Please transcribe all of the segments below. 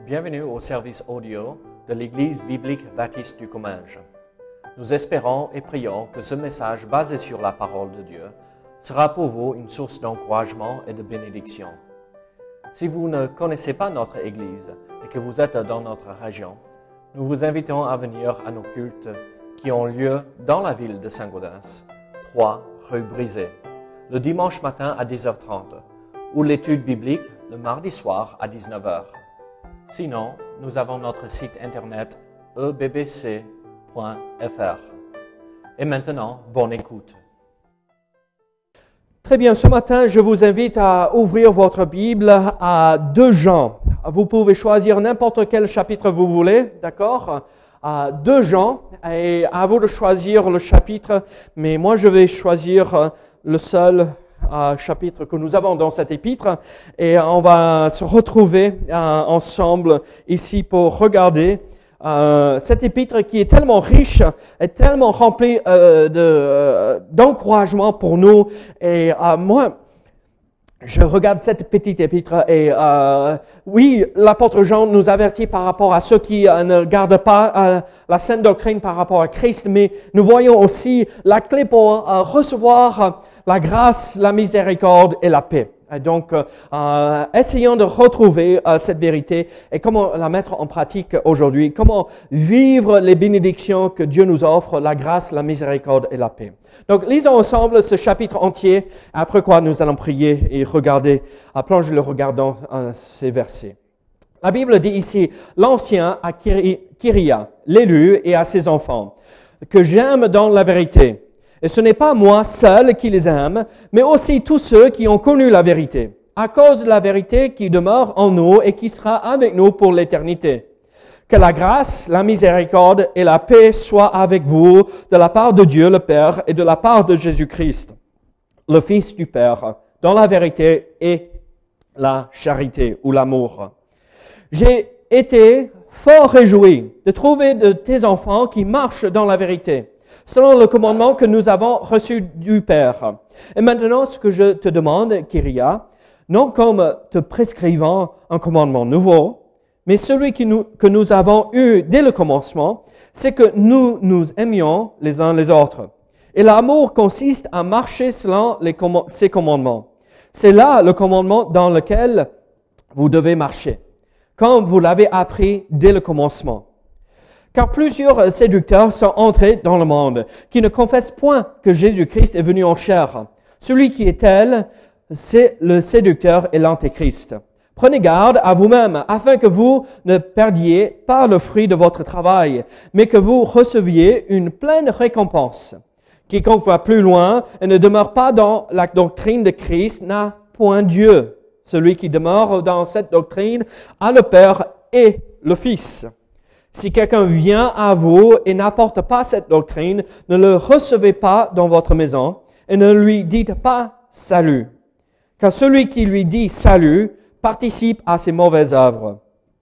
Bienvenue au service audio de l'Église biblique baptiste du Comminges. Nous espérons et prions que ce message basé sur la parole de Dieu sera pour vous une source d'encouragement et de bénédiction. Si vous ne connaissez pas notre Église et que vous êtes dans notre région, nous vous invitons à venir à nos cultes qui ont lieu dans la ville de Saint-Gaudens, 3 rue Brisée, le dimanche matin à 10h30 ou l'étude biblique le mardi soir à 19h. Sinon, nous avons notre site internet ebbc.fr. Et maintenant, bonne écoute. Très bien, ce matin, je vous invite à ouvrir votre Bible à 2 Jean. Vous pouvez choisir n'importe quel chapitre vous voulez, d'accord? 2 Jean, et à vous de choisir le chapitre, mais moi je vais choisir le seul chapitre que nous avons dans cet épître, et on va se retrouver ensemble ici pour regarder cet épître qui est tellement riche, est tellement rempli d'encouragement pour nous. Et moi, je regarde cette petite épître et oui, l'apôtre Jean nous avertit par rapport à ceux qui ne gardent pas la saine doctrine par rapport à Christ, mais nous voyons aussi la clé pour recevoir la grâce, la miséricorde et la paix. Et donc, essayons de retrouver cette vérité et comment la mettre en pratique aujourd'hui, comment vivre les bénédictions que Dieu nous offre, la grâce, la miséricorde et la paix. Donc, lisons ensemble ce chapitre entier, après quoi nous allons prier et regarder, plonger le regard dans ces versets. La Bible dit ici, l'Ancien à Kyria, l'élu et à ses enfants, que j'aime dans la vérité. Et ce n'est pas moi seul qui les aime, mais aussi tous ceux qui ont connu la vérité, à cause de la vérité qui demeure en nous et qui sera avec nous pour l'éternité. Que la grâce, la miséricorde et la paix soient avec vous de la part de Dieu le Père et de la part de Jésus-Christ, le Fils du Père, dans la vérité et la charité ou l'amour. J'ai été fort réjoui de trouver de tes enfants qui marchent dans la vérité, selon le commandement que nous avons reçu du Père. Et maintenant, ce que je te demande, Kyria, non comme te prescrivant un commandement nouveau, mais celui que nous avons eu dès le commencement, c'est que nous nous aimions les uns les autres. Et l'amour consiste à marcher selon ces commandements. C'est là le commandement dans lequel vous devez marcher, comme vous l'avez appris dès le commencement. Car plusieurs séducteurs sont entrés dans le monde, qui ne confessent point que Jésus-Christ est venu en chair. Celui qui est tel, c'est le séducteur et l'antéchrist. Prenez garde à vous-même, afin que vous ne perdiez pas le fruit de votre travail, mais que vous receviez une pleine récompense. Quiconque va plus loin et ne demeure pas dans la doctrine de Christ n'a point Dieu. Celui qui demeure dans cette doctrine a le Père et le Fils. Si quelqu'un vient à vous et n'apporte pas cette doctrine, ne le recevez pas dans votre maison et ne lui dites pas salut. Car celui qui lui dit salut participe à ses mauvaises œuvres.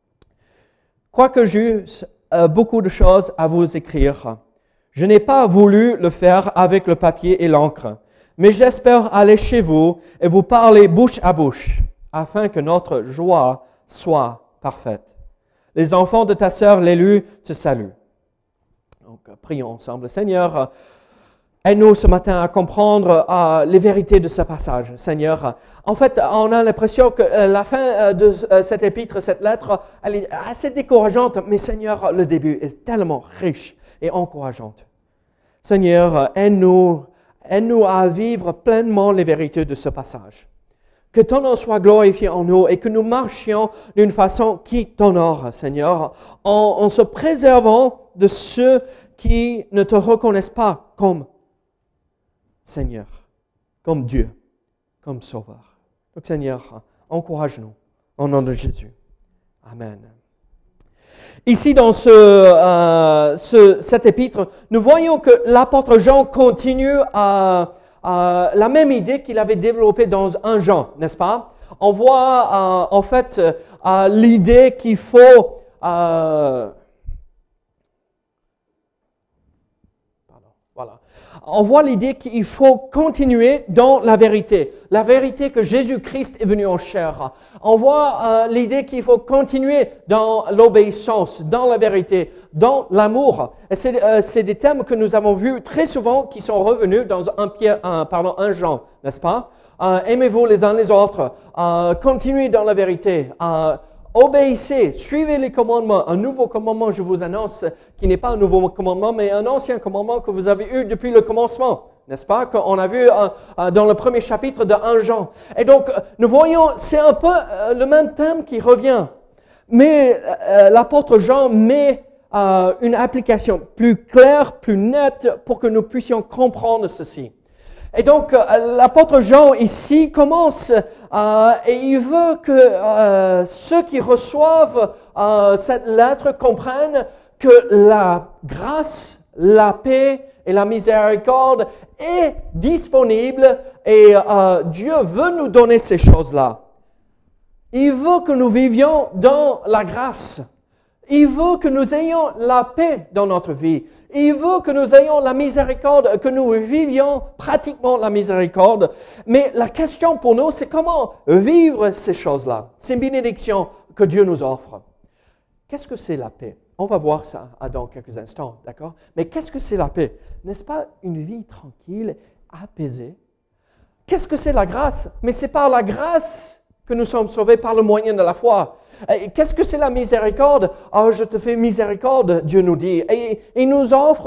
Quoique j'eusse beaucoup de choses à vous écrire, je n'ai pas voulu le faire avec le papier et l'encre, mais j'espère aller chez vous et vous parler bouche à bouche, afin que notre joie soit parfaite. Les enfants de ta sœur, l'élu, te saluent. Donc, prions ensemble. Seigneur, aide-nous ce matin à comprendre les vérités de ce passage. Seigneur, en fait, on a l'impression que la fin de cette épître, cette lettre, elle est assez décourageante, mais Seigneur, le début est tellement riche et encourageante. Seigneur, aide-nous à vivre pleinement les vérités de ce passage. Que ton nom soit glorifié en nous et que nous marchions d'une façon qui t'honore, Seigneur, en se préservant de ceux qui ne te reconnaissent pas comme Seigneur, comme Dieu, comme Sauveur. Donc Seigneur, encourage-nous au nom de Jésus. Amen. Ici, dans cet épître, nous voyons que l'apôtre Jean continue la même idée qu'il avait développée dans 1 Jean, n'est-ce pas? On voit en fait l'idée qu'il faut on voit l'idée qu'il faut continuer dans la vérité que Jésus-Christ est venu en chair. On voit l'idée qu'il faut continuer dans l'obéissance, dans la vérité, dans l'amour. Et c'est des thèmes que nous avons vus très souvent qui sont revenus dans 1 Jean, n'est-ce pas? Aimez-vous les uns les autres, continuez dans la vérité, obéissez, suivez les commandements. Un nouveau commandement, je vous annonce, qui n'est pas un nouveau commandement, mais un ancien commandement que vous avez eu depuis le commencement. N'est-ce pas? Qu'on a vu dans le premier chapitre de 1 Jean. Et donc, nous voyons, c'est un peu le même thème qui revient. Mais l'apôtre Jean met une application plus claire, plus nette, pour que nous puissions comprendre ceci. Et donc, l'apôtre Jean ici commence et il veut que ceux qui reçoivent cette lettre comprennent que la grâce, la paix et la miséricorde est disponible et Dieu veut nous donner ces choses-là. Il veut que nous vivions dans la grâce. Il veut que nous ayons la paix dans notre vie. Il veut que nous ayons la miséricorde, que nous vivions pratiquement la miséricorde. Mais la question pour nous, c'est comment vivre ces choses-là. C'est une bénédiction que Dieu nous offre. Qu'est-ce que c'est la paix? On va voir ça dans quelques instants, d'accord? Mais qu'est-ce que c'est la paix? N'est-ce pas une vie tranquille, apaisée? Qu'est-ce que c'est la grâce? Mais c'est par la grâce que nous sommes sauvés par le moyen de la foi. Qu'est-ce que c'est la miséricorde? Oh, je te fais miséricorde, Dieu nous dit. Et il nous offre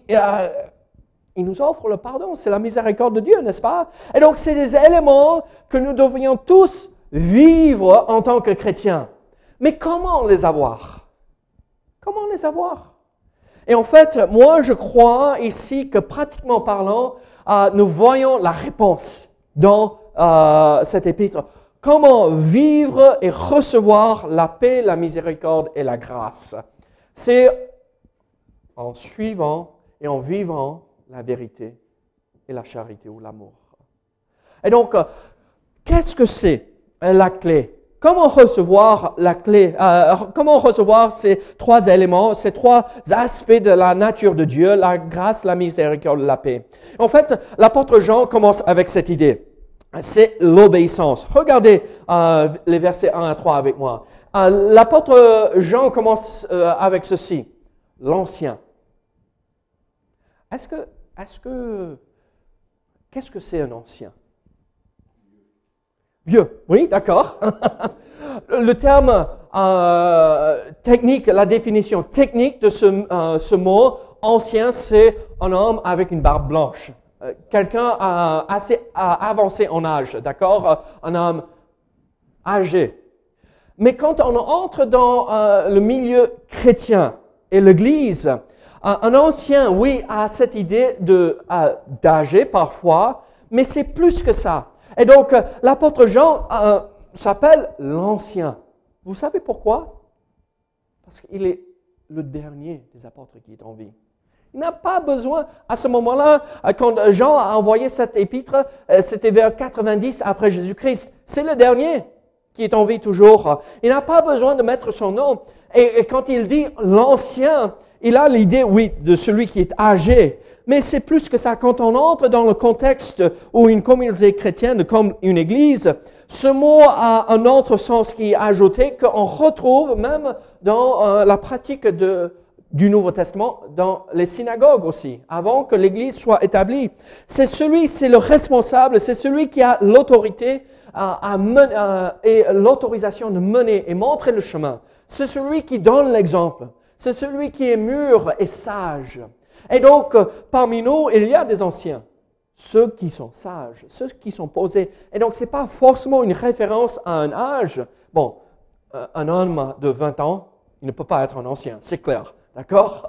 le pardon. C'est la miséricorde de Dieu, n'est-ce pas? Et donc, c'est des éléments que nous devrions tous vivre en tant que chrétiens. Mais comment les avoir? Comment les avoir? Et en fait, moi, je crois ici que pratiquement parlant, nous voyons la réponse dans cet épître. Comment vivre et recevoir la paix, la miséricorde et la grâce? C'est en suivant et en vivant la vérité et la charité ou l'amour. Et donc, qu'est-ce que c'est la clé? Comment recevoir la clé? Comment recevoir ces trois éléments, ces trois aspects de la nature de Dieu, la grâce, la miséricorde, la paix? En fait, l'apôtre Jean commence avec cette idée. C'est l'obéissance. Regardez les versets 1 à 3 avec moi. L'apôtre Jean commence avec ceci. L'ancien. Qu'est-ce que c'est un ancien? Vieux. Oui, d'accord. Le terme technique, la définition technique de ce mot ancien, c'est un homme avec une barbe blanche. Quelqu'un assez avancé en âge, d'accord? Un homme âgé. Mais quand on entre dans le milieu chrétien et l'Église, un ancien, oui, a cette idée d'âgé parfois, mais c'est plus que ça. Et donc, l'apôtre Jean s'appelle l'ancien. Vous savez pourquoi? Parce qu'il est le dernier des apôtres qui est en vie. Il n'a pas besoin, à ce moment-là, quand Jean a envoyé cet épître, c'était vers 90 après Jésus-Christ. C'est le dernier qui est en vie toujours. Il n'a pas besoin de mettre son nom. Et quand il dit l'ancien, il a l'idée, oui, de celui qui est âgé. Mais c'est plus que ça. Quand on entre dans le contexte où une communauté chrétienne, comme une église, ce mot a un autre sens qui est ajouté, qu'on retrouve même dans la pratique du Nouveau Testament, dans les synagogues aussi, avant que l'Église soit établie. C'est le responsable, c'est celui qui a l'autorité et l'autorisation de mener et montrer le chemin. C'est celui qui donne l'exemple. C'est celui qui est mûr et sage. Et donc, parmi nous, il y a des anciens. Ceux qui sont sages, ceux qui sont posés. Et donc, ce n'est pas forcément une référence à un âge. Bon, un homme de 20 ans, il ne peut pas être un ancien, c'est clair. D'accord?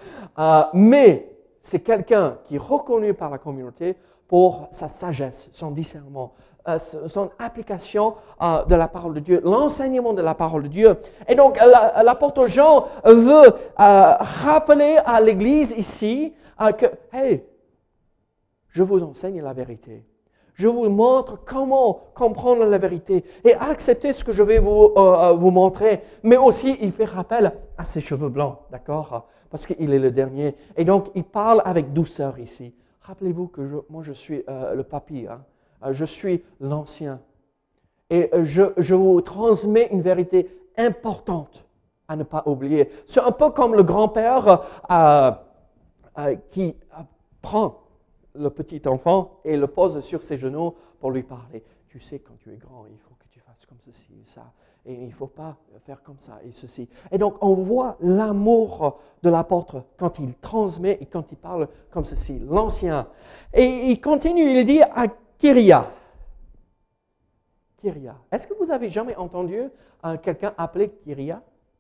Mais c'est quelqu'un qui est reconnu par la communauté pour sa sagesse, son discernement, son application de la parole de Dieu, l'enseignement de la parole de Dieu. Et donc, l'apôtre Jean veut rappeler à l'Église ici que, hey, je vous enseigne la vérité. Je vous montre comment comprendre la vérité et accepter ce que je vais vous montrer. Mais aussi, il fait rappel à ses cheveux blancs, d'accord? Parce qu'il est le dernier. Et donc, il parle avec douceur ici. Rappelez-vous que moi je suis le papy, hein. Je suis l'ancien. Et je vous transmets une vérité importante à ne pas oublier. C'est un peu comme le grand-père qui prend le petit enfant et le pose sur ses genoux pour lui parler. Tu sais, quand tu es grand, il faut que tu fasses comme ceci et ça. Et il ne faut pas faire comme ça et ceci. Et donc, on voit l'amour de l'apôtre quand il transmet et quand il parle comme ceci, l'ancien. Et il continue, il dit à Kyria. Kyria. Est-ce que vous avez jamais entendu quelqu'un appelé Kyria?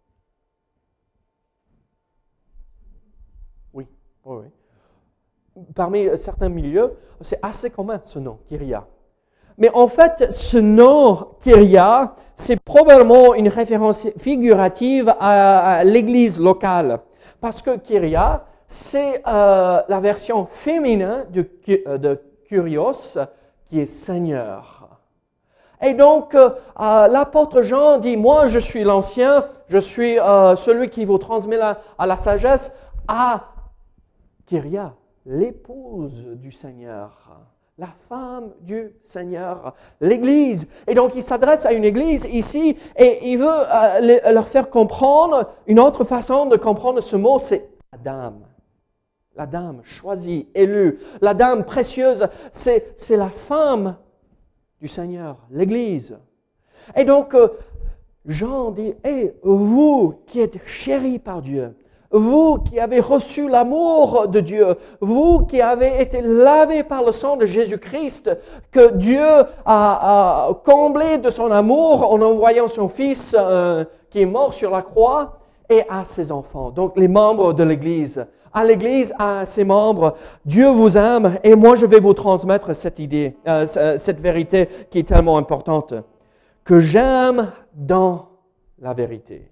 Oui, oui. Parmi certains milieux, c'est assez commun ce nom, Kyria. Mais en fait, ce nom, Kyria, c'est probablement une référence figurative à l'église locale. Parce que Kyria, c'est la version féminin de Kyrios, qui est Seigneur. Et donc, l'apôtre Jean dit, moi je suis l'ancien, je suis celui qui vous transmet à la sagesse, à Kyria, l'épouse du Seigneur, la femme du Seigneur, l'Église. Et donc, il s'adresse à une Église ici et il veut leur faire comprendre, une autre façon de comprendre ce mot, c'est la dame. La dame choisie, élue, la dame précieuse, c'est la femme du Seigneur, l'Église. Et donc, Jean dit, hey, vous qui êtes chéris par Dieu, vous qui avez reçu l'amour de Dieu, vous qui avez été lavés par le sang de Jésus-Christ, que Dieu a comblé de son amour en envoyant son Fils qui est mort sur la croix, et à ses enfants, donc les membres de l'Église. À l'Église, à ses membres, Dieu vous aime et moi je vais vous transmettre cette idée, cette vérité qui est tellement importante, que j'aime dans la vérité.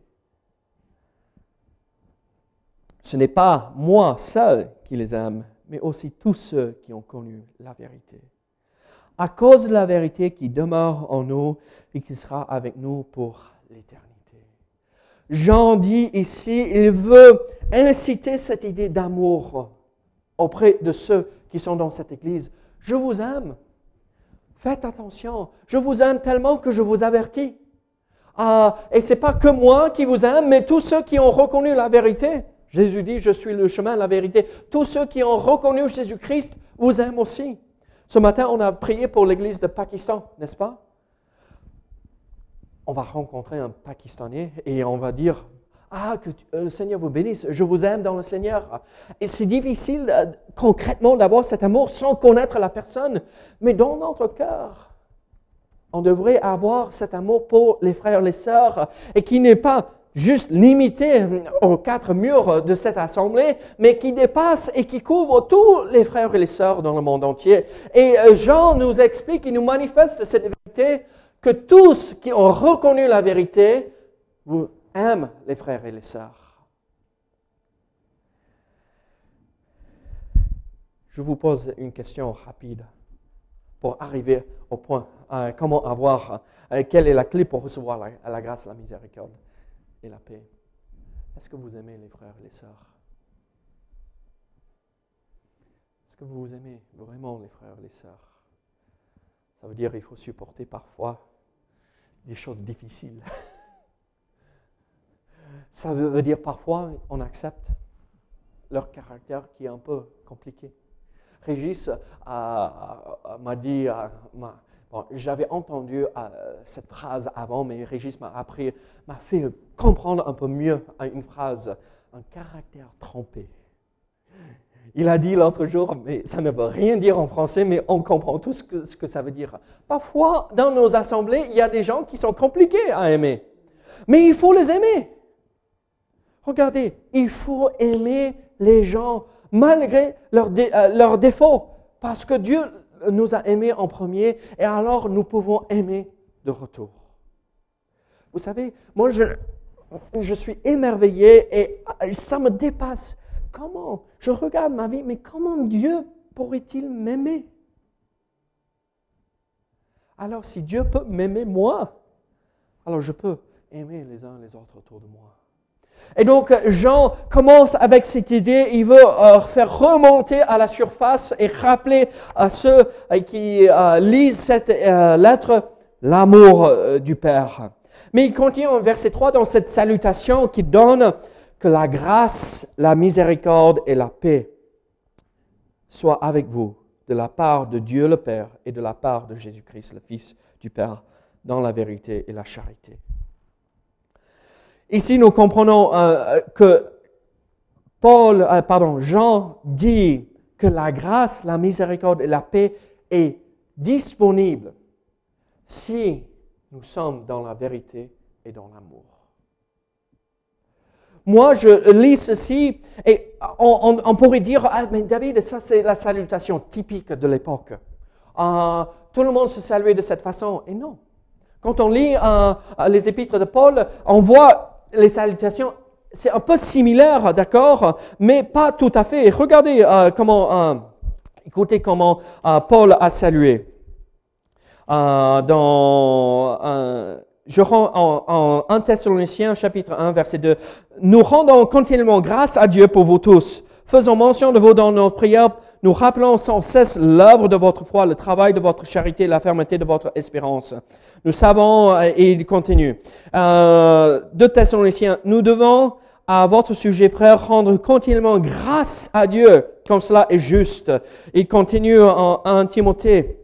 Ce n'est pas moi seul qui les aime, mais aussi tous ceux qui ont connu la vérité. À cause de la vérité qui demeure en nous et qui sera avec nous pour l'éternité. Jean dit ici, il veut inciter cette idée d'amour auprès de ceux qui sont dans cette église. Je vous aime. Faites attention. Je vous aime tellement que je vous avertis. Et ce n'est pas que moi qui vous aime, mais tous ceux qui ont reconnu la vérité. Jésus dit, je suis le chemin, la vérité. Tous ceux qui ont reconnu Jésus-Christ vous aiment aussi. Ce matin, on a prié pour l'église de Pakistan, n'est-ce pas? On va rencontrer un Pakistanais et on va dire, que le Seigneur vous bénisse, je vous aime dans le Seigneur. Et c'est difficile concrètement d'avoir cet amour sans connaître la personne, mais dans notre cœur, on devrait avoir cet amour pour les frères et les sœurs et qui n'est pas juste limité aux 4 murs de cette assemblée, mais qui dépasse et qui couvre tous les frères et les sœurs dans le monde entier. Et Jean nous explique, il nous manifeste cette vérité, que tous qui ont reconnu la vérité vous aiment les frères et les sœurs. Je vous pose une question rapide pour arriver au point. Comment avoir, quelle est la clé pour recevoir la grâce, la miséricorde et la paix? Est-ce que vous aimez les frères et les sœurs? Est-ce que vous aimez vraiment les frères et les sœurs? Ça veut dire qu'il faut supporter parfois des choses difficiles. Ça veut dire parfois on accepte leur caractère qui est un peu compliqué. Régis m'a dit, j'avais entendu cette phrase avant, mais Régis m'a fait comprendre un peu mieux une phrase, un caractère trompé. Il a dit l'autre jour, mais ça ne veut rien dire en français, mais on comprend tout ce que ça veut dire. Parfois, dans nos assemblées, il y a des gens qui sont compliqués à aimer. Mais il faut les aimer. Regardez, il faut aimer les gens malgré leurs défauts. Parce que Dieu nous a aimés en premier et alors nous pouvons aimer de retour. Vous savez, moi je suis émerveillé et ça me dépasse. Comment? Je regarde ma vie, mais comment Dieu pourrait-il m'aimer? Alors si Dieu peut m'aimer moi, alors je peux aimer les uns les autres autour de moi. Et donc, Jean commence avec cette idée, il veut faire remonter à la surface et rappeler à ceux qui lisent cette lettre l'amour du Père. Mais il continue en verset 3 dans cette salutation qui donne que la grâce, la miséricorde et la paix soient avec vous de la part de Dieu le Père et de la part de Jésus-Christ, le Fils du Père, dans la vérité et la charité. Ici, nous comprenons que Jean dit que la grâce, la miséricorde et la paix est disponible si nous sommes dans la vérité et dans l'amour. Moi, je lis ceci et on pourrait dire, ah, mais David, ça c'est la salutation typique de l'époque. Tout le monde se saluait de cette façon. Et non. Quand on lit les épîtres de Paul, on voit les salutations, c'est un peu similaire, d'accord, mais pas tout à fait. Regardez écoutez comment Paul a salué. Je rends en 1 Thessaloniciens chapitre 1 verset 2. Nous rendons continuellement grâce à Dieu pour vous tous. Faisons mention de vous dans nos prières. Nous rappelons sans cesse l'œuvre de votre foi, le travail de votre charité, la fermeté de votre espérance. Nous savons, et il continue, 2 Thessaloniciens, nous devons à votre sujet, frères, rendre continuellement grâce à Dieu, comme cela est juste. Il continue en 1 Timothée.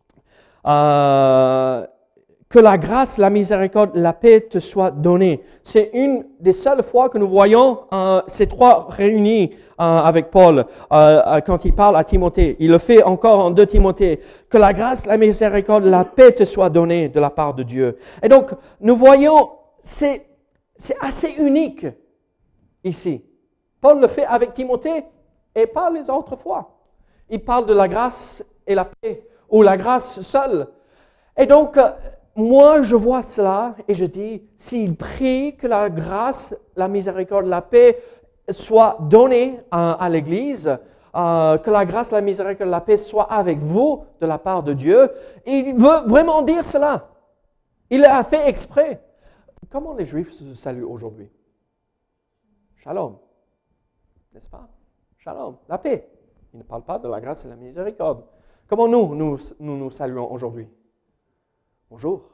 Que la grâce, la miséricorde, la paix te soient données. C'est une des seules fois que nous voyons ces trois réunis avec Paul quand il parle à Timothée. Il le fait encore en 2 Timothée. Que la grâce, la miséricorde, la paix te soient données de la part de Dieu. Et donc, nous voyons, c'est assez unique ici. Paul le fait avec Timothée et pas les autres fois. Il parle de la grâce et la paix, ou la grâce seule. Et donc, moi, je vois cela et je dis, s'il prie que la grâce, la miséricorde, la paix soient données à l'Église, que la grâce, la miséricorde, la paix soient avec vous de la part de Dieu, il veut vraiment dire cela. Il l'a fait exprès. Comment les Juifs se saluent aujourd'hui? Shalom. N'est-ce pas? Shalom, la paix. Il ne parle pas de la grâce et la miséricorde. Comment nous saluons aujourd'hui? Bonjour.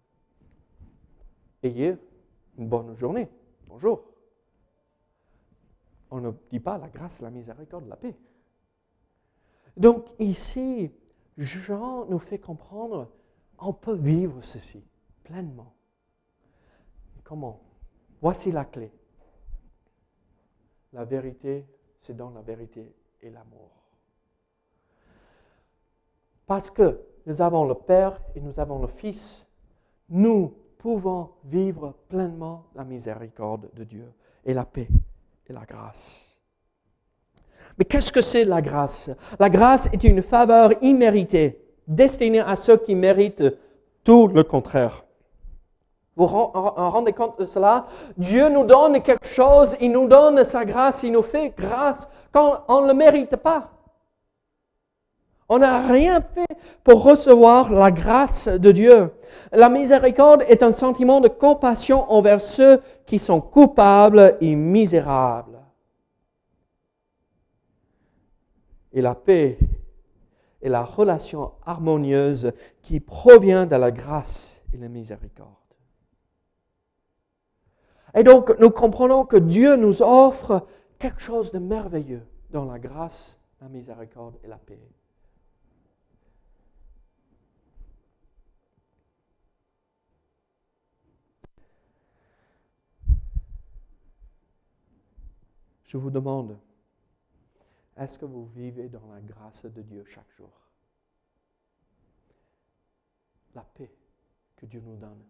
Ayez une bonne journée. Bonjour. On ne dit pas la grâce, la miséricorde, la paix. Donc ici, Jean nous fait comprendre, on peut vivre ceci pleinement. Comment? Voici la clé. La vérité, c'est dans la vérité et l'amour. Parce que nous avons le Père et nous avons le Fils, nous pouvons vivre pleinement la miséricorde de Dieu et la paix et la grâce. Mais qu'est-ce que c'est la grâce? La grâce est une faveur imméritée, destinée à ceux qui méritent tout le contraire. Vous vous rendez compte de cela? Dieu nous donne quelque chose, il nous donne sa grâce, il nous fait grâce quand on ne le mérite pas. On n'a rien fait pour recevoir la grâce de Dieu. La miséricorde est un sentiment de compassion envers ceux qui sont coupables et misérables. Et la paix est la relation harmonieuse qui provient de la grâce et la miséricorde. Et donc, nous comprenons que Dieu nous offre quelque chose de merveilleux dans la grâce, la miséricorde et la paix. Je vous demande, est-ce que vous vivez dans la grâce de Dieu chaque jour? La paix que Dieu nous donne.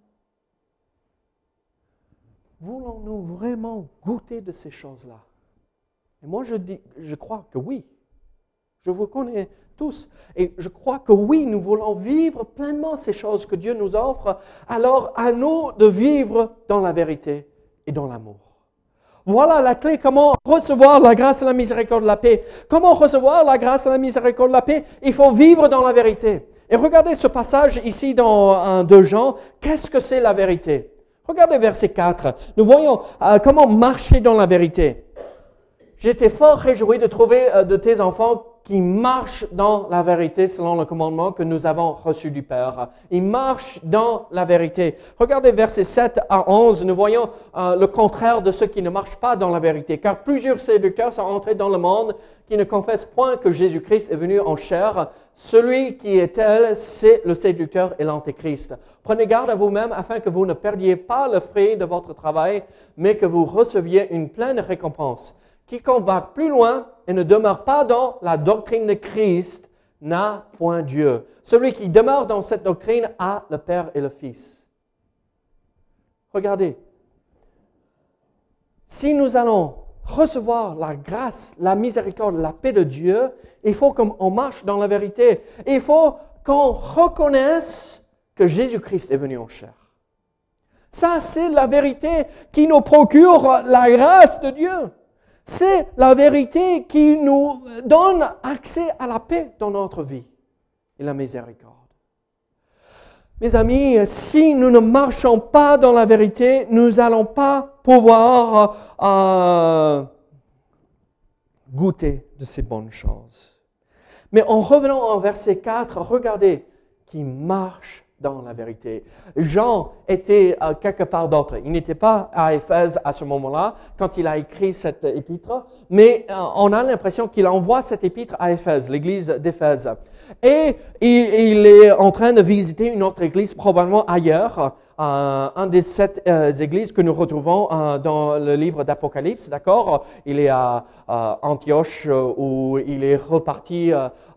Voulons-nous vraiment goûter de ces choses-là? Et moi, je crois que oui. Je vous connais tous. Et je crois que oui, nous voulons vivre pleinement ces choses que Dieu nous offre. Alors, à nous de vivre dans la vérité et dans l'amour. Voilà la clé, comment recevoir la grâce, la miséricorde, la paix. Comment recevoir la grâce, la miséricorde, la paix? Il faut vivre dans la vérité. Et regardez ce passage ici dans 2 Jean. Qu'est-ce que c'est la vérité? Regardez verset 4. Nous voyons comment marcher dans la vérité. J'étais fort réjoui de trouver de tes enfants qui marchent dans la vérité selon le commandement que nous avons reçu du Père. Ils marchent dans la vérité. Regardez versets 7 à 11, nous voyons le contraire de ceux qui ne marchent pas dans la vérité. Car plusieurs séducteurs sont entrés dans le monde qui ne confessent point que Jésus-Christ est venu en chair. Celui qui est tel, c'est le séducteur et l'antéchrist. Prenez garde à vous-même afin que vous ne perdiez pas le fruit de votre travail, mais que vous receviez une pleine récompense. Quiconque va plus loin et ne demeure pas dans la doctrine de Christ n'a point Dieu. Celui qui demeure dans cette doctrine a le Père et le Fils. Regardez, si nous allons recevoir la grâce, la miséricorde, la paix de Dieu, il faut qu'on marche dans la vérité. Il faut qu'on reconnaisse que Jésus-Christ est venu en chair. Ça, c'est la vérité qui nous procure la grâce de Dieu. C'est la vérité qui nous donne accès à la paix dans notre vie et la miséricorde. Mes amis, si nous ne marchons pas dans la vérité, nous n'allons pas pouvoir goûter de ces bonnes choses. Mais en revenant en verset 4, regardez, qui marche dans la vérité. Jean était quelque part d'autre. Il n'était pas à Éphèse à ce moment-là, quand il a écrit cette épître, mais on a l'impression qu'il envoie cette épître à Éphèse, l'église d'Éphèse. Et il est en train de visiter une autre église, probablement ailleurs, un des 7 églises que nous retrouvons dans le livre d'Apocalypse, d'accord? Il est à Antioche, où il est reparti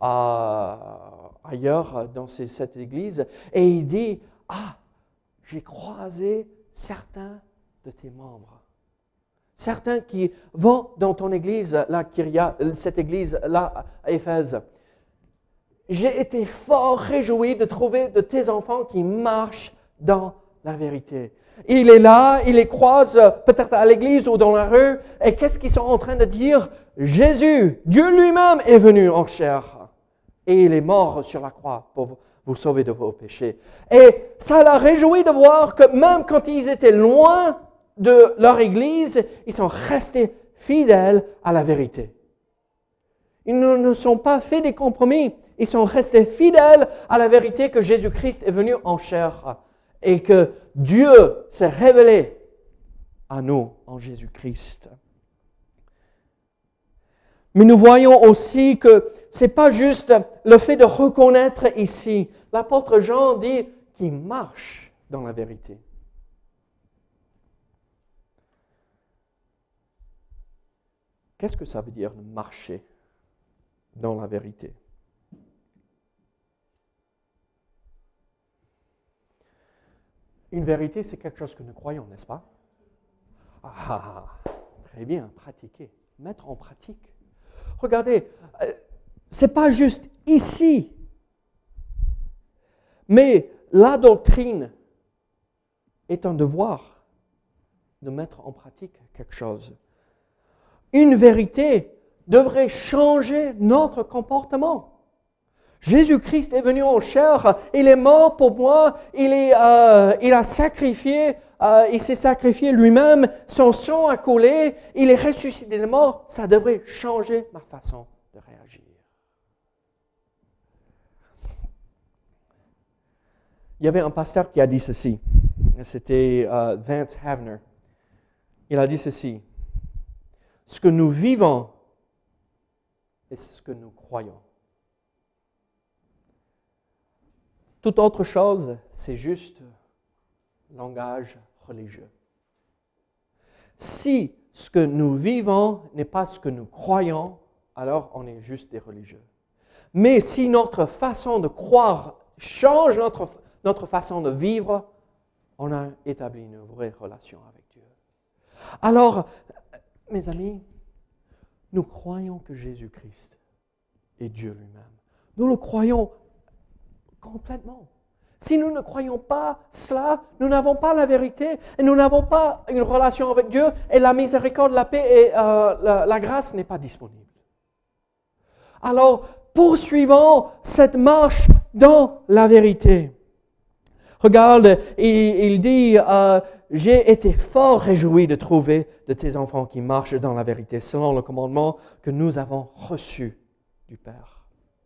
ailleurs dans ces 7 églises, et il dit, j'ai croisé certains de tes membres. Certains qui vont dans ton église, là, cette église-là à Éphèse. J'ai été fort réjoui de trouver de tes enfants qui marchent dans la vérité. Il est là, il les croise peut-être à l'église ou dans la rue, et qu'est-ce qu'ils sont en train de dire? Jésus, Dieu lui-même est venu en chair. Et il est mort sur la croix pour vous sauver de vos péchés. Et ça l'a réjoui de voir que même quand ils étaient loin de leur église, ils sont restés fidèles à la vérité. Ils ne sont pas fait des compromis. Ils sont restés fidèles à la vérité que Jésus-Christ est venu en chair et que Dieu s'est révélé à nous en Jésus-Christ. Mais nous voyons aussi que ce n'est pas juste le fait de reconnaître ici. L'apôtre Jean dit qu'il marche dans la vérité. Qu'est-ce que ça veut dire de marcher dans la vérité? Une vérité, c'est quelque chose que nous croyons, n'est-ce pas? Très bien, pratiquer, mettre en pratique. Regardez, ce n'est pas juste ici, mais la doctrine est un devoir de mettre en pratique quelque chose. Une vérité devrait changer notre comportement. Jésus-Christ est venu en chair, il est mort pour moi, il a sacrifié, il s'est sacrifié lui-même, son sang a coulé, il est ressuscité des morts, ça devrait changer ma façon de réagir. Il y avait un pasteur qui a dit ceci, c'était Vance Havner. Il a dit ceci, ce que nous vivons est ce que nous croyons. Toute autre chose, c'est juste langage religieux. Si ce que nous vivons n'est pas ce que nous croyons, alors on est juste des religieux. Mais si notre façon de croire change notre façon de vivre, on a établi une vraie relation avec Dieu. Alors, mes amis, nous croyons que Jésus-Christ est Dieu lui-même. Nous le croyons complètement. Si nous ne croyons pas cela, nous n'avons pas la vérité et nous n'avons pas une relation avec Dieu et la miséricorde, la paix et la grâce n'est pas disponible. Alors, poursuivons cette marche dans la vérité. Regarde, il dit, j'ai été fort réjoui de trouver de tes enfants qui marchent dans la vérité, selon le commandement que nous avons reçu du Père.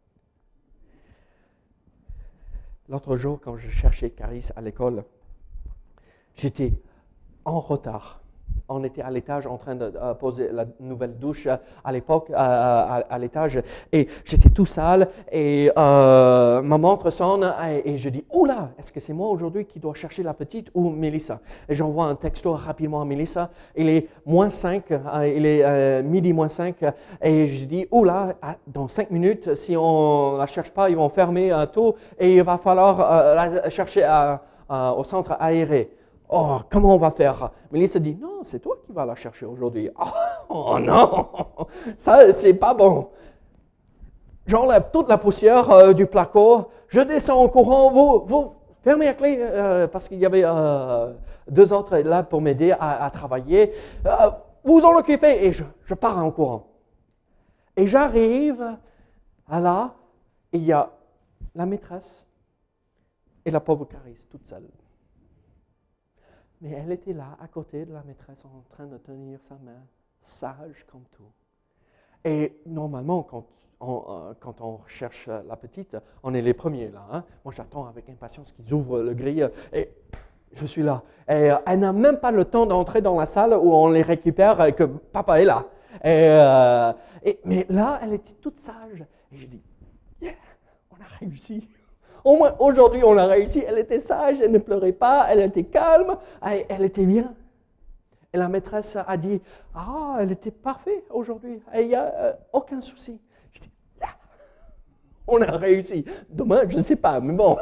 L'autre jour, quand je cherchais Caris à l'école, j'étais en retard. On était à l'étage en train de poser la nouvelle douche à l'époque, à l'étage, et j'étais tout sale, et ma montre sonne, et je dis, oula, est-ce que c'est moi aujourd'hui qui dois chercher la petite ou Mélissa? Et j'envoie un texto rapidement à Mélissa, il est -5, il est midi -5, et je dis, oula, dans 5 minutes, si on ne la cherche pas, ils vont fermer tout, et il va falloir la chercher au centre aéré. Oh, comment on va faire? Mélissa dit, non, c'est toi qui vas la chercher aujourd'hui. Oh non, ça, c'est pas bon. J'enlève toute la poussière du placo, je descends en courant, vous fermez la clé, parce qu'il y avait 2 autres là pour m'aider à travailler. Vous en occupez, et je pars en courant. Et j'arrive à là, et il y a la maîtresse et la pauvre Caris, toute seule. Mais elle était là, à côté de la maîtresse, en train de tenir sa main, sage comme tout. Et normalement, quand on cherche la petite, on est les premiers là. Hein? Moi, j'attends avec impatience qu'ils ouvrent le grille et je suis là. Et elle n'a même pas le temps d'entrer dans la salle où on les récupère et que papa est là. Mais là, elle était toute sage. Et j'ai dit, yeah, on a réussi. Au moins, aujourd'hui, on a réussi. Elle était sage, elle ne pleurait pas, elle était calme, elle était bien. Et la maîtresse a dit, elle était parfaite aujourd'hui, il n'y a aucun souci. Je dis, yeah, on a réussi. Demain, je ne sais pas, mais bon.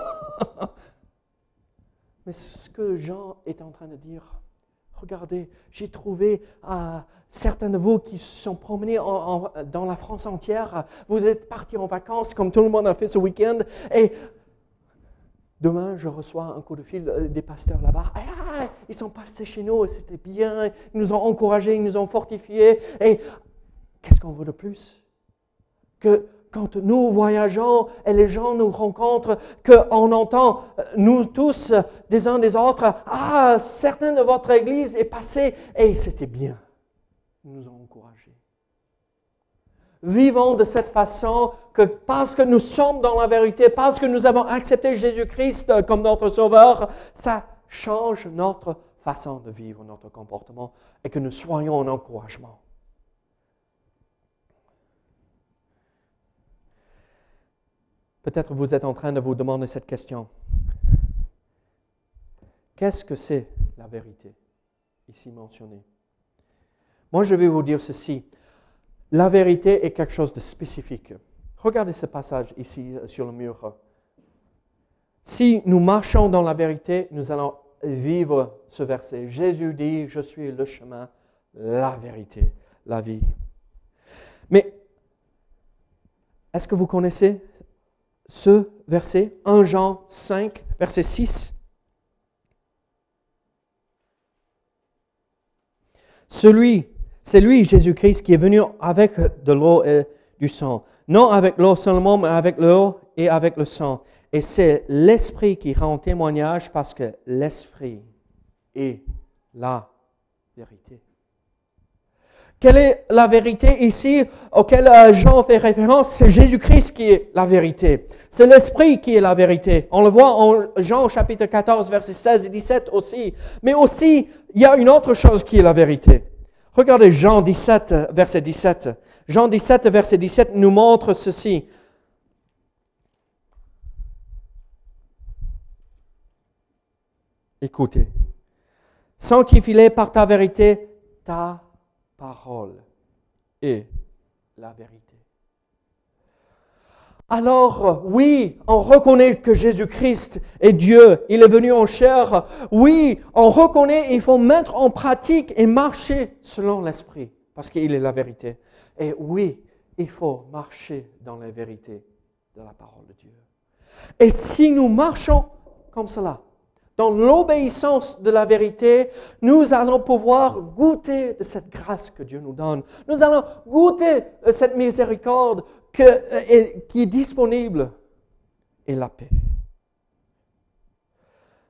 Mais ce que Jean est en train de dire, regardez, j'ai trouvé certains de vous qui se sont promenés dans la France entière. Vous êtes partis en vacances, comme tout le monde a fait ce week-end, et demain, je reçois un coup de fil des pasteurs là-bas. Ils sont passés chez nous, c'était bien, ils nous ont encouragés, ils nous ont fortifiés. Et qu'est-ce qu'on veut de plus? Que quand nous voyageons et les gens nous rencontrent, qu'on entend, nous tous, des uns des autres, certains de votre église est passé et c'était bien. Ils nous ont encouragés. Vivons de cette façon que parce que nous sommes dans la vérité, parce que nous avons accepté Jésus-Christ comme notre Sauveur, ça change notre façon de vivre, notre comportement et que nous soyons en encouragement. Peut-être vous êtes en train de vous demander cette question. Qu'est-ce que c'est la vérité ici mentionnée? Moi, je vais vous dire ceci. La vérité est quelque chose de spécifique. Regardez ce passage ici sur le mur. Si nous marchons dans la vérité, nous allons vivre ce verset. Jésus dit, je suis le chemin, la vérité, la vie. Mais est-ce que vous connaissez ce verset? 1 Jean 5, verset 6. C'est lui, Jésus-Christ, qui est venu avec de l'eau et du sang. Non avec l'eau seulement, mais avec l'eau et avec le sang. Et c'est l'Esprit qui rend témoignage parce que l'Esprit est la vérité. Quelle est la vérité ici auquel Jean fait référence? C'est Jésus-Christ qui est la vérité. C'est l'Esprit qui est la vérité. On le voit en Jean chapitre 14, versets 16 et 17 aussi. Mais aussi, il y a une autre chose qui est la vérité. Regardez Jean 17, verset 17. Jean 17, verset 17 nous montre ceci. Écoutez. Sanctifie-les par ta vérité, ta parole est la vérité. Alors, oui, on reconnaît que Jésus-Christ est Dieu, il est venu en chair. Oui, on reconnaît, il faut mettre en pratique et marcher selon l'Esprit, parce qu'il est la vérité. Et oui, il faut marcher dans la vérité de la parole de Dieu. Et si nous marchons comme cela, dans l'obéissance de la vérité, nous allons pouvoir goûter de cette grâce que Dieu nous donne. Nous allons goûter de cette miséricorde qui est disponible et la paix.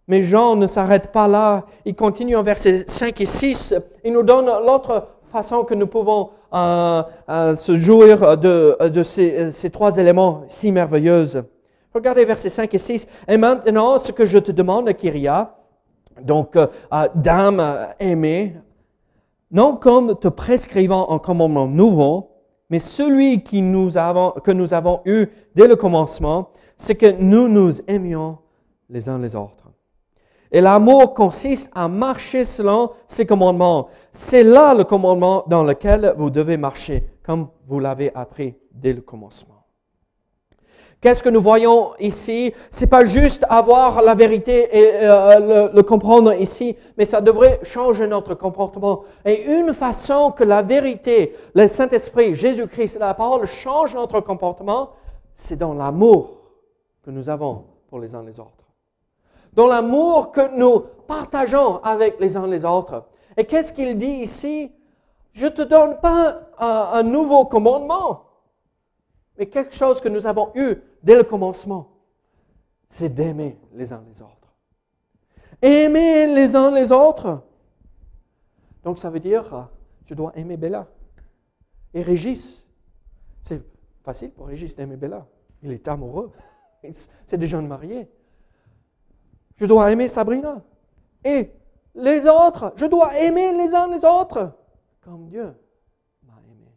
Mais Jean ne s'arrête pas là. Il continue en versets 5 et 6. Il nous donne l'autre façon que nous pouvons se jouir de ces trois éléments si merveilleux. Regardez versets 5 et 6. Et maintenant, ce que je te demande, Kyria, donc dame aimée, non comme te prescrivant un commandement nouveau, mais celui que nous avons eu dès le commencement, c'est que nous nous aimions les uns les autres. Et l'amour consiste à marcher selon ses commandements. C'est là le commandement dans lequel vous devez marcher, comme vous l'avez appris dès le commencement. Qu'est-ce que nous voyons ici? C'est pas juste avoir la vérité et le comprendre ici, mais ça devrait changer notre comportement. Et une façon que la vérité, le Saint-Esprit, Jésus-Christ, la parole change notre comportement, c'est dans l'amour que nous avons pour les uns les autres. Dans l'amour que nous partageons avec les uns les autres. Et qu'est-ce qu'il dit ici? Je ne te donne pas un nouveau commandement, mais quelque chose que nous avons eu dès le commencement. C'est d'aimer les uns les autres. Aimer les uns les autres. Donc ça veut dire, je dois aimer Bella et Régis. C'est facile pour Régis d'aimer Bella. Il est amoureux. C'est des jeunes mariés. Je dois aimer Sabrina. Et les autres, je dois aimer les uns les autres, comme Dieu m'a aimé.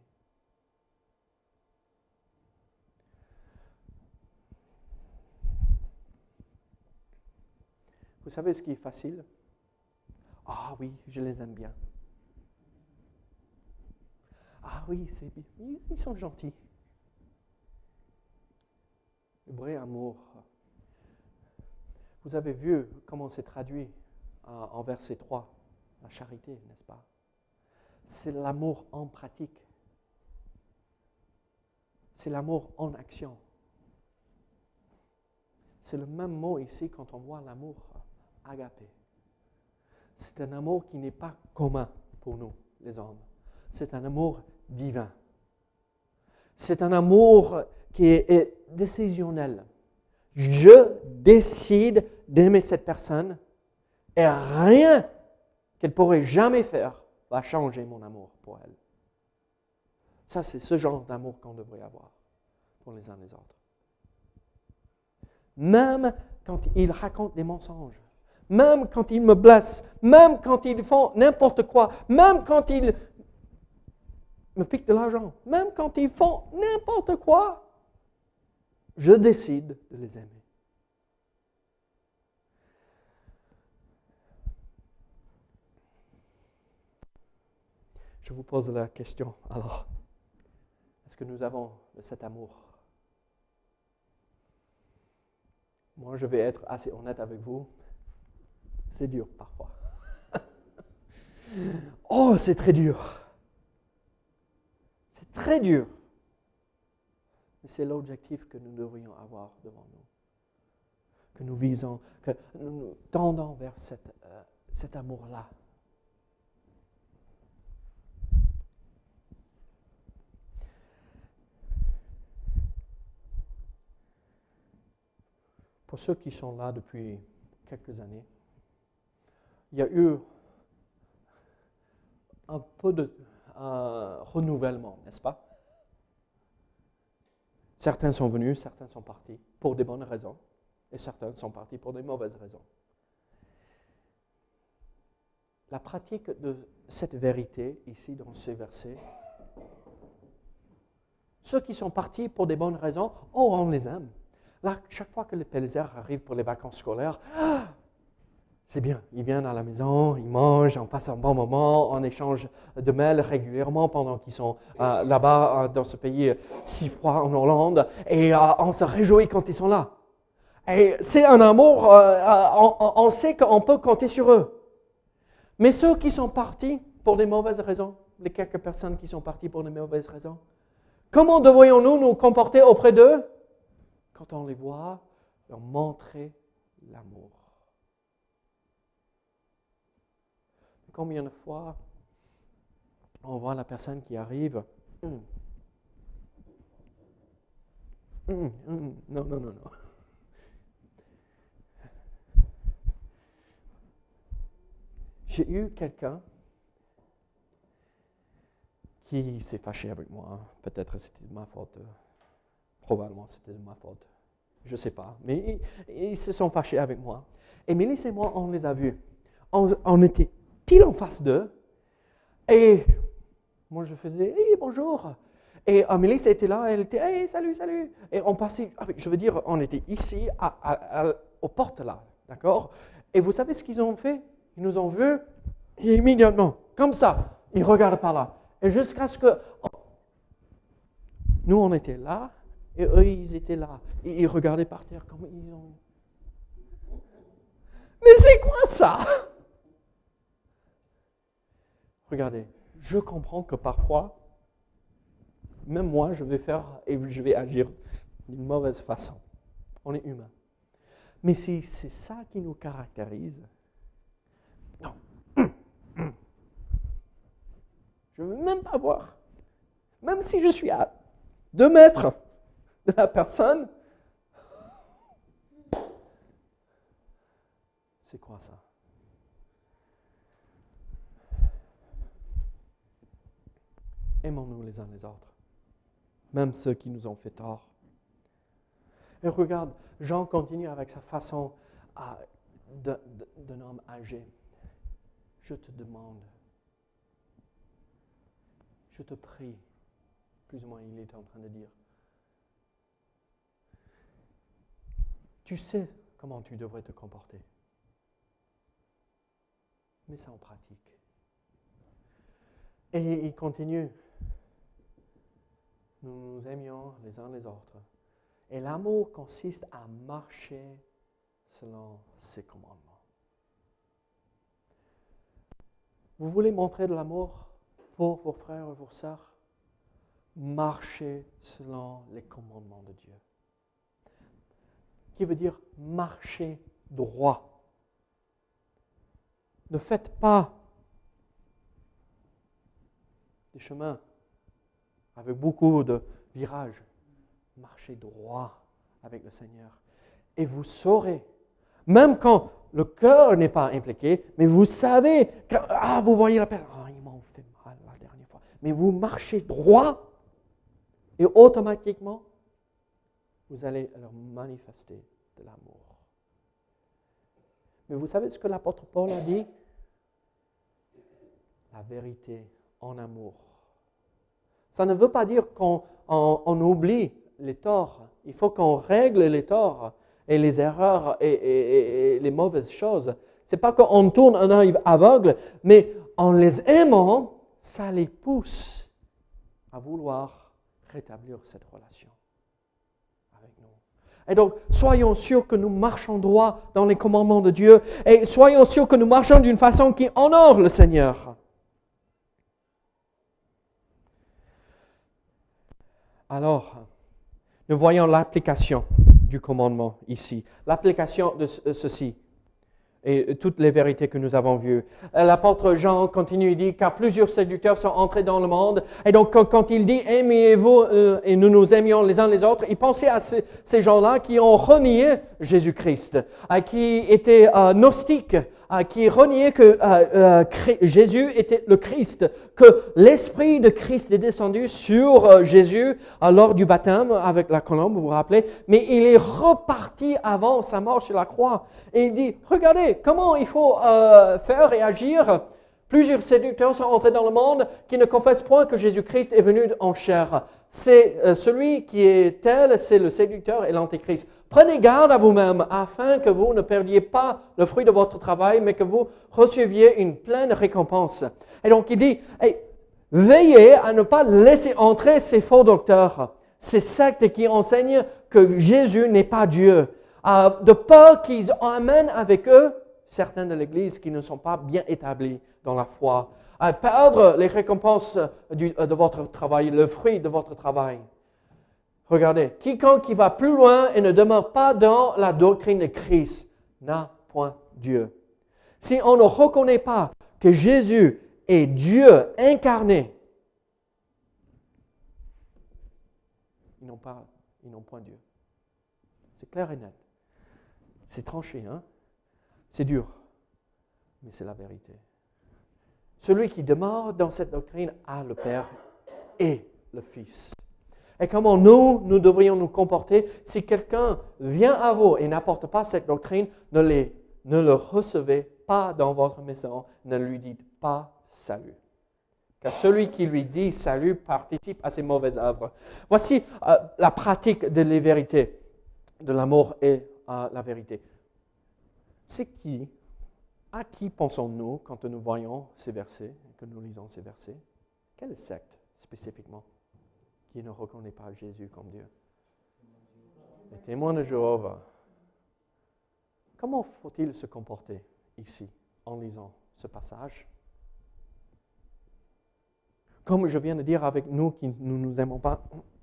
Vous savez ce qui est facile? Ah oui, je les aime bien. Ah oui, ils sont gentils. Le vrai amour. Vous avez vu comment c'est traduit en verset 3, la charité, n'est-ce pas? C'est l'amour en pratique. C'est l'amour en action. C'est le même mot ici quand on voit l'amour agapé. C'est un amour qui n'est pas commun pour nous, les hommes. C'est un amour divin. C'est un amour qui est décisionnel. Je décide d'aimer cette personne et rien qu'elle pourrait jamais faire va changer mon amour pour elle. Ça, c'est ce genre d'amour qu'on devrait avoir pour les uns les autres. Même quand ils racontent des mensonges, même quand ils me blessent, même quand ils font n'importe quoi, même quand ils me piquent de l'argent, même quand ils font n'importe quoi, je décide de les aimer. Je vous pose la question, alors, est-ce que nous avons cet amour? Moi, je vais être assez honnête avec vous. C'est dur parfois. Oh, c'est très dur. C'est très dur. Mais c'est l'objectif que nous devrions avoir devant nous. Que nous visons, que nous tendons vers cet amour-là. Pour ceux qui sont là depuis quelques années, il y a eu un peu de renouvellement, n'est-ce pas? Certains sont venus, certains sont partis pour des bonnes raisons, et certains sont partis pour des mauvaises raisons. La pratique de cette vérité, ici dans ces versets, ceux qui sont partis pour des bonnes raisons, oh, on les aime. Là, chaque fois que les Pelzer arrivent pour les vacances scolaires, c'est bien. Ils viennent à la maison, ils mangent, on passe un bon moment, on échange de mails régulièrement pendant qu'ils sont là-bas dans ce pays si froid en Hollande, et on se réjouit quand ils sont là. Et c'est un amour, on sait qu'on peut compter sur eux. Mais ceux qui sont partis pour des mauvaises raisons, les quelques personnes qui sont parties pour des mauvaises raisons, comment devrions-nous nous comporter auprès d'eux? Quand on les voit, leur montrer l'amour. Combien de fois on voit la personne qui arrive, non. J'ai eu quelqu'un qui s'est fâché avec moi. Peut-être c'était de ma faute. Probablement c'était de ma faute. Je ne sais pas. Mais ils se sont fâchés avec moi. Et Mélisse et moi, on les a vus. On était pile en face d'eux. Et moi, je faisais « Hey, bonjour !» Et Mélisse était là, elle était « Hey, salut, salut !» Et on passait, je veux dire, on était ici, aux portes là, d'accord? Et vous savez ce qu'ils ont fait? Ils nous ont vus, et immédiatement, comme ça, ils regardent par là. Et jusqu'à ce que... Nous, on était là, et eux, ils étaient là. Et ils regardaient par terre, comme ils ont... Mais c'est quoi ça? Regardez, je comprends que parfois, même moi, je vais faire et je vais agir d'une mauvaise façon. On est humain. Mais si c'est ça qui nous caractérise, non. Je ne veux même pas voir. Même si je suis à 2 mètres de la personne, c'est quoi ça? Aimons-nous les uns les autres, même ceux qui nous ont fait tort. Et regarde, Jean continue avec sa façon d'un homme âgé. Je te demande, je te prie, plus ou moins il est en train de dire, tu sais comment tu devrais te comporter. Mets ça en pratique. Et il continue. Nous nous aimions les uns les autres. Et l'amour consiste à marcher selon ses commandements. Vous voulez montrer de l'amour pour vos frères et vos sœurs? Marchez selon les commandements de Dieu. Qui veut dire marcher droit. Ne faites pas des chemins avec beaucoup de virages. Marchez droit avec le Seigneur. Et vous saurez, même quand le cœur n'est pas impliqué, mais vous savez, vous voyez la personne, ils m'ont fait mal la dernière fois. Mais vous marchez droit et automatiquement, vous allez leur manifester de l'amour. Mais vous savez ce que l'apôtre Paul a dit? La vérité en amour. Ça ne veut pas dire qu'on oublie les torts. Il faut qu'on règle les torts et les erreurs et les mauvaises choses. Ce n'est pas qu'on tourne un œil aveugle, mais en les aimant, ça les pousse à vouloir rétablir cette relation avec nous. Et donc, soyons sûrs que nous marchons droit dans les commandements de Dieu et soyons sûrs que nous marchons d'une façon qui honore le Seigneur. Alors, nous voyons l'application du commandement ici, l'application de ceci et toutes les vérités que nous avons vues. L'apôtre Jean continue, il dit, car plusieurs séducteurs sont entrés dans le monde. Et donc, quand il dit, aimez-vous et nous nous aimions les uns les autres, il pensait à ces gens-là qui ont renié Jésus-Christ, qui étaient gnostiques, qui reniaient que Jésus était le Christ, que l'Esprit de Christ est descendu sur Jésus lors du baptême avec la colombe, vous vous rappelez, mais il est reparti avant sa mort sur la croix. Et il dit, regardez comment il faut faire et agir. Plusieurs séducteurs sont entrés dans le monde qui ne confessent point que Jésus-Christ est venu en chair. C'est celui qui est tel, c'est le séducteur et l'antéchrist. Prenez garde à vous-même afin que vous ne perdiez pas le fruit de votre travail, mais que vous receviez une pleine récompense. Et donc il dit, veillez à ne pas laisser entrer ces faux docteurs, ces sectes qui enseignent que Jésus n'est pas Dieu, de peur qu'ils amènent avec eux certains de l'Église qui ne sont pas bien établis dans la foi, à perdre les récompenses de votre travail, le fruit de votre travail. Regardez, quiconque qui va plus loin et ne demeure pas dans la doctrine de Christ n'a point Dieu. Si on ne reconnaît pas que Jésus est Dieu incarné, ils n'ont point Dieu. C'est clair et net. C'est tranché, hein? C'est dur, mais c'est la vérité. Celui qui demeure dans cette doctrine a le Père et le Fils. Et comment nous devrions nous comporter si quelqu'un vient à vous et n'apporte pas cette doctrine, ne le recevez pas dans votre maison, ne lui dites pas salut. Car celui qui lui dit salut participe à ses mauvaises œuvres. Voici la pratique de la vérité, de l'amour et la vérité. C'est qui? À qui pensons-nous quand nous voyons ces versets, que nous lisons ces versets? Quelle secte spécifiquement qui ne reconnaît pas Jésus comme Dieu? Les témoins de Jéhovah. Comment faut-il se comporter ici en lisant ce passage? Comme je viens de dire avec nous qui ne nous aimons pas.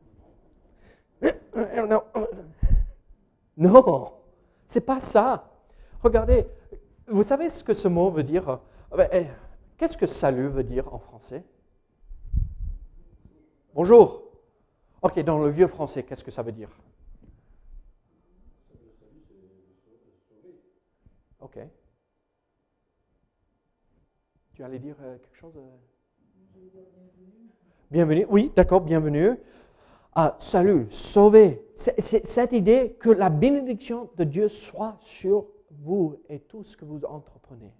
Non, c'est pas ça. Regardez, vous savez ce que ce mot veut dire? Qu'est-ce que salut veut dire en français? Bonjour. Ok, dans le vieux français, qu'est-ce que ça veut dire? Ok. Tu allais dire quelque chose? Bienvenue. Oui, d'accord, bienvenue. Salut, sauvé. C'est cette idée que la bénédiction de Dieu soit sur vous et tout ce que vous entreprenez.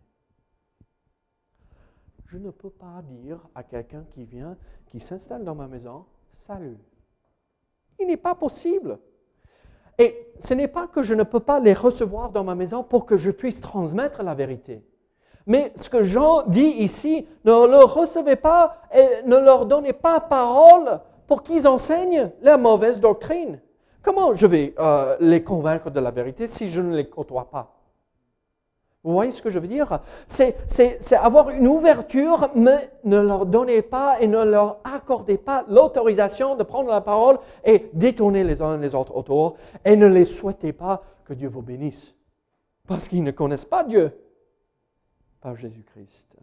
Je ne peux pas dire à quelqu'un qui vient, qui s'installe dans ma maison, salut. Il n'est pas possible. Et ce n'est pas que je ne peux pas les recevoir dans ma maison pour que je puisse transmettre la vérité. Mais ce que Jean dit ici, ne leur recevez pas et ne leur donnez pas parole pour qu'ils enseignent la mauvaise doctrine. Comment je vais les convaincre de la vérité si je ne les côtoie pas? Vous voyez ce que je veux dire? C'est avoir une ouverture, mais ne leur donnez pas et ne leur accordez pas l'autorisation de prendre la parole et détourner les uns les autres autour et ne les souhaitez pas que Dieu vous bénisse. Parce qu'ils ne connaissent pas Dieu, par Jésus-Christ.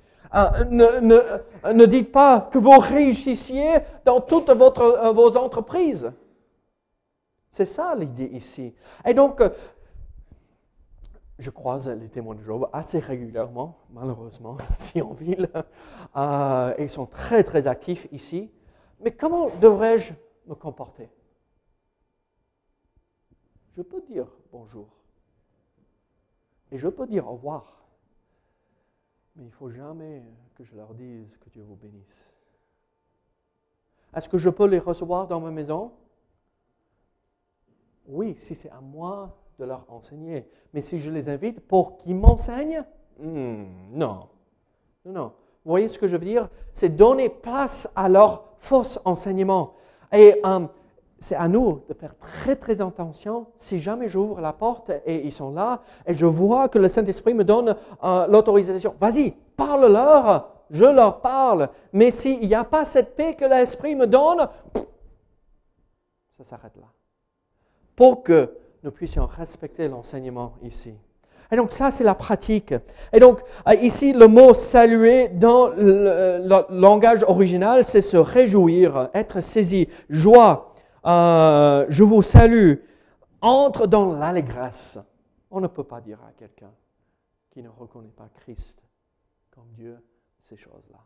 Ne dites pas que vous réussissiez dans toutes vos entreprises. C'est ça l'idée ici. Et donc, je croise les témoins de Jéhovah assez régulièrement, malheureusement, ici en ville. Ils sont très, très actifs ici. Mais comment devrais-je me comporter? Je peux dire bonjour. Et je peux dire au revoir. Mais il ne faut jamais que je leur dise que Dieu vous bénisse. Est-ce que je peux les recevoir dans ma maison? Oui, si c'est à moi de leur enseigner. Mais si je les invite pour qu'ils m'enseignent, non. Non. Vous voyez ce que je veux dire? C'est donner place à leur faux enseignement. Et c'est à nous de faire très, très attention. Si jamais j'ouvre la porte et ils sont là, et je vois que le Saint-Esprit me donne l'autorisation, vas-y, parle-leur, je leur parle. Mais s'il n'y a pas cette paix que l'Esprit me donne, ça s'arrête là. Pour que nous puissions respecter l'enseignement ici. Et donc ça, c'est la pratique. Et donc ici, le mot saluer dans le langage original, c'est se réjouir, être saisi, joie. Je vous salue. Entre dans l'allégresse. On ne peut pas dire à quelqu'un qui ne reconnaît pas Christ comme Dieu ces choses-là.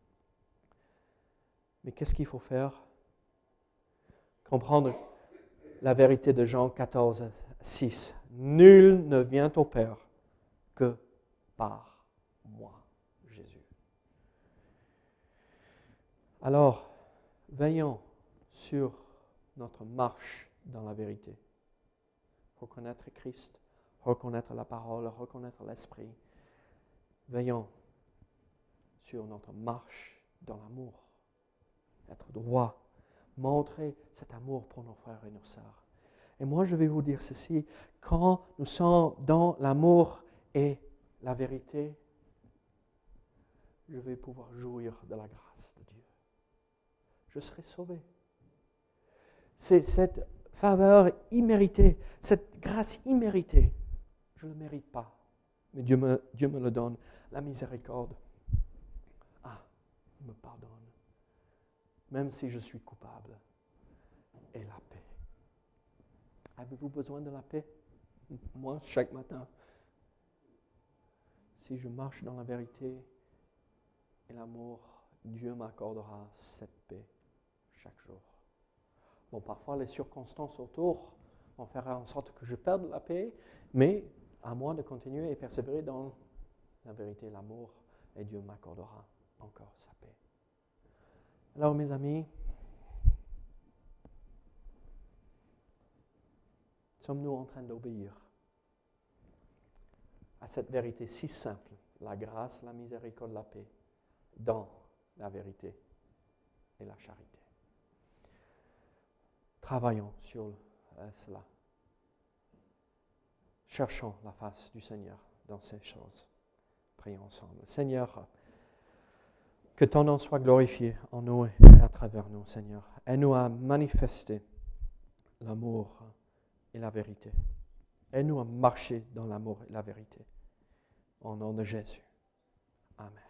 Mais qu'est-ce qu'il faut faire? Comprendre la vérité de Jean 14, 6. Nul ne vient au Père que par moi, Jésus. Alors, veillons sur notre marche dans la vérité. Reconnaître Christ, reconnaître la parole, reconnaître l'Esprit. Veillons sur notre marche dans l'amour. Être droit. Montrer cet amour pour nos frères et nos sœurs. Et moi, je vais vous dire ceci, quand nous sommes dans l'amour et la vérité, je vais pouvoir jouir de la grâce de Dieu. Je serai sauvé. C'est cette faveur imméritée, cette grâce imméritée. Je ne le mérite pas, mais Dieu me le donne, la miséricorde. Il me pardonne. Même si je suis coupable, et la paix. Avez-vous besoin de la paix? Moi, chaque matin, si je marche dans la vérité, et l'amour, Dieu m'accordera cette paix chaque jour. Bon, parfois les circonstances autour vont faire en sorte que je perde la paix, mais à moi de continuer et persévérer dans la vérité, l'amour, et Dieu m'accordera encore sa paix. Alors mes amis, sommes-nous en train d'obéir à cette vérité si simple, la grâce, la miséricorde, la paix, dans la vérité et la charité? Travaillons sur cela. Cherchons la face du Seigneur dans ces choses. Prions ensemble. Seigneur, que ton nom soit glorifié en nous et à travers nous, Seigneur. Aide-nous à manifester l'amour et la vérité. Aide-nous à marcher dans l'amour et la vérité. Au nom de Jésus. Amen.